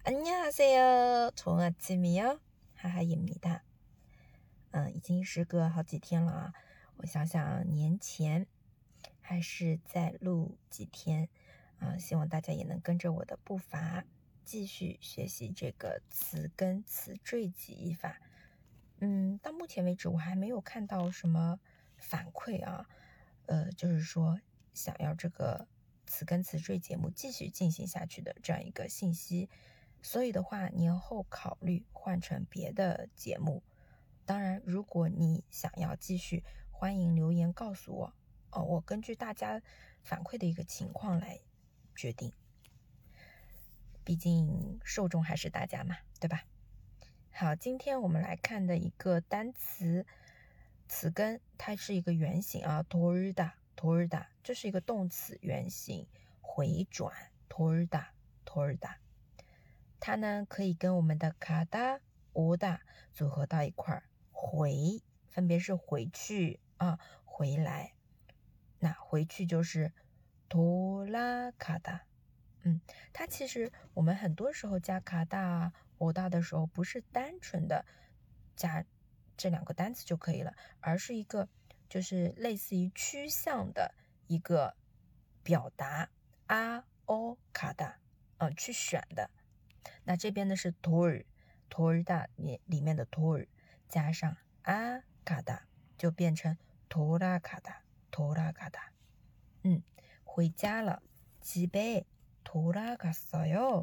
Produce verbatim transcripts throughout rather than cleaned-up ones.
안녕하세요. 좋은 아침이요. 하하입니다. 嗯，已经时隔好几天了啊。我想想，年前还是再录几天啊、希望大家也能跟着我的步伐，继续学习这个词根词缀记忆法。嗯，到目前为止我还没有看到什么反馈啊，呃，就是说想要这个词根词缀节目继续进行下去的这样一个信息。所以的话，年后考虑换成别的节目。当然，如果你想要继续，欢迎留言告诉我，哦，我根据大家反馈的一个情况来决定。毕竟受众还是大家嘛，对吧？好，今天我们来看的一个单词词根，它是一个原型啊 ，torda torda， 这是一个动词原型，回转 torda torda。它呢可以跟我们的卡达、欧达组合到一块儿，回分别是回去啊，回来。那回去就是托拉卡达。嗯，它其实我们很多时候加卡达、欧达的时候，不是单纯的加这两个单词就可以了，而是一个就是类似于趋向的一个表达啊、欧、卡达，嗯，去选的。那这边呢是托尔，托尔达里里面的托尔加上阿卡达，就变成托拉卡达，托拉卡达。嗯，回家了，집에 돌아갔어요。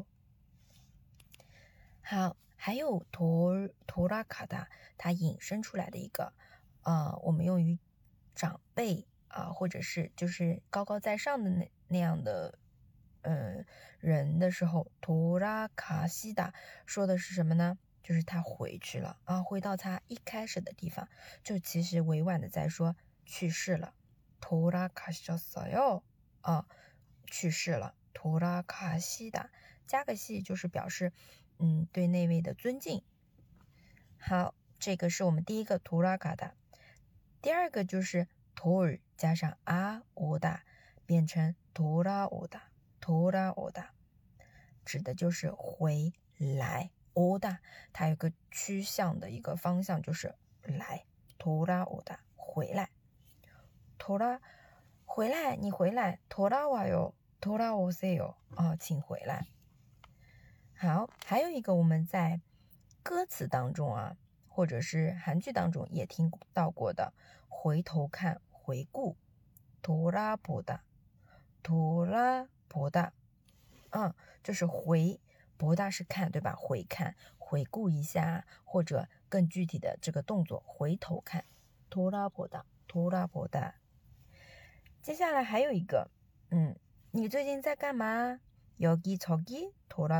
好，还有托托拉卡达，它引申出来的一个，呃，我们用于长辈啊、或者是就是高高在上的那那样的。嗯，人的时候，图拉卡西达说的是什么呢？就是他回去了啊，回到他一开始的地方，就其实委婉的在说去世了。图拉卡西索哟啊，去世了。图拉卡西达加个西就是表示嗯对那位的尊敬。好，这个是我们第一个图拉卡达，第二个就是托尔加上阿欧达变成图拉欧达。托拉欧达指的就是回来，欧达它有个趋向的一个方向就是来，托拉欧达回来，托拉回来，你回来，托拉瓦哟，托拉오세요啊，请回来。好，还有一个我们在歌词当中啊，或者是韩剧当中也听到过的，回头看，回顾，托拉보다，托拉博大，嗯，就是回博大是看，对吧？回看，回顾一下，或者更具体的这个动作，回头看，托拉博大，托拉博大。接下来还有一个，嗯，你最近在干嘛？여기 저기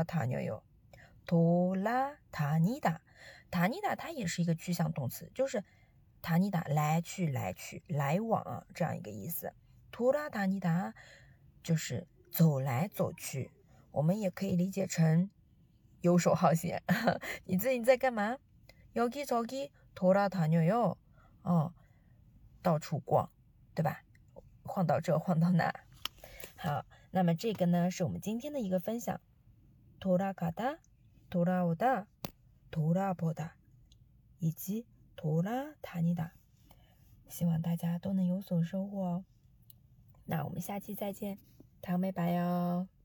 돌아다녀요。돌아다니다，다니다它也是一个趋向动词，就是다니다来去来去来往啊，这样一个意思。돌아다니다就是走来走去，我们也可以理解成游手好闲。你最近在干嘛？여기 저기 돌아다녀요。哦，到处逛，对吧？晃到这，晃到那。好，那么这个呢，是我们今天的一个分享。돌아가다、돌아오다、돌아보다，以及돌아다니다。希望大家都能有所收获哦。那我们下期再见，糖美白哟。